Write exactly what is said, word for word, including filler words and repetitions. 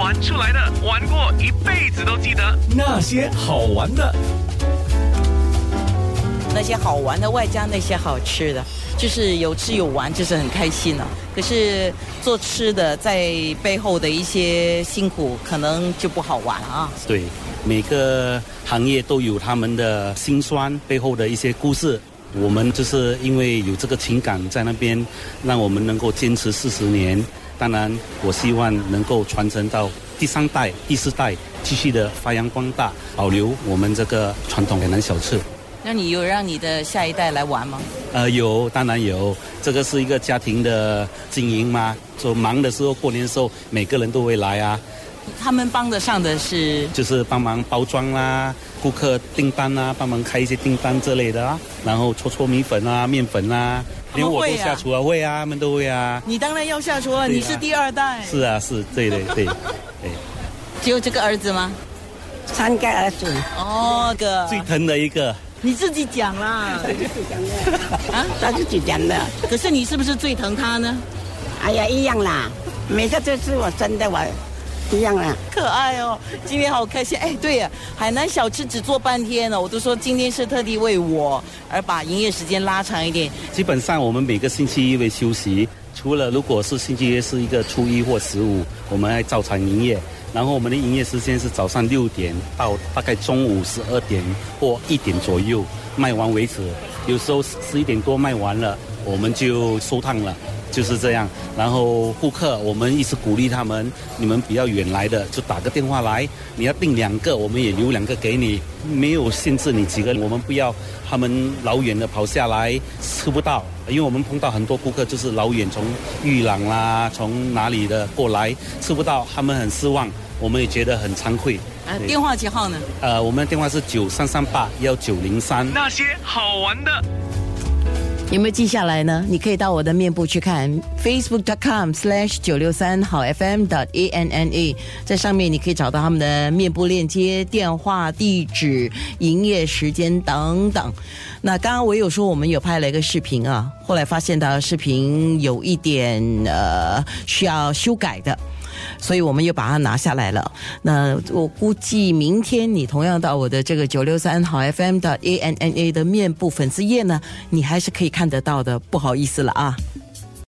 玩出来的，玩过一辈子都记得。 那些好玩的， 那些好玩的外加那些好吃的，就是有吃有玩，就是很开心了。可是做吃的在背后的一些辛苦，可能就不好玩了啊。 对，每个行业都有他们的辛酸背后的一些故事。我们就是因为有这个情感在那边，让我们能够坚持四十年。当然，我希望能够传承到第三代、第四代，继续的发扬光大，保留我们这个传统海南小吃。 那你有让你的下一代来玩吗？ 呃，有，当然有。这个是一个家庭的经营嘛，就忙的时候，过年的时候，每个人都会来啊。 他们帮得上的是， 就是帮忙包装啦，顾客订单啊，帮忙开一些订单之类的啊，然后搓搓米粉啊、面粉啊，连我都下厨啊，会啊，他们都会啊。 你当然要下厨了，啊、你是第二代。 是啊，是，对对对，对。 只有这个儿子吗？ 三个儿子。 哦，哥。 最疼的一个。 你自己讲啦。 自己讲的。啊，他自己讲的。 可是你是不是最疼他呢？ 哎呀，一样啦，每个都是我生的，我。一样啊， 可爱哦！今天好开心。哎，对呀，海南小吃只做半天了，我都说今天是特地为我而把营业时间拉长一点。 基本上我们每个星期一会休息，除了如果是星期一是一个初一或十五，我们还照常营业。然后我们的营业时间是早上六点到大概中午十二点或一点左右，卖完为止。有时候十一点多卖完了，我们就收摊了。就是这样，然后顾客我们一直鼓励他们，你们比较远来的就打个电话来，你要订两个，我们也留两个给你，没有限制你几个，我们不要他们老远的跑下来吃不到，因为我们碰到很多顾客就是老远从玉朗啦，从哪里的过来吃不到，他们很失望，我们也觉得很惭愧。 啊，电话几号呢？ 呃，我们的电话是九三三八幺九零三。 那些好玩的。 有没有记下来呢？你可以到我的面部去看 facebook dot com slash 九六三好 F M dot A N N A， 在上面你可以找到他们的面部链接、电话、地址、营业时间等等。那刚刚我有说我们有拍了一个视频啊，后来发现到视频有一点呃需要修改的，所以我们又把它拿下来了。那我估计明天你同样到我的这个九六三好 F M 的 A N N A 的面部粉丝页呢，你还是可以看得到的，不好意思了啊。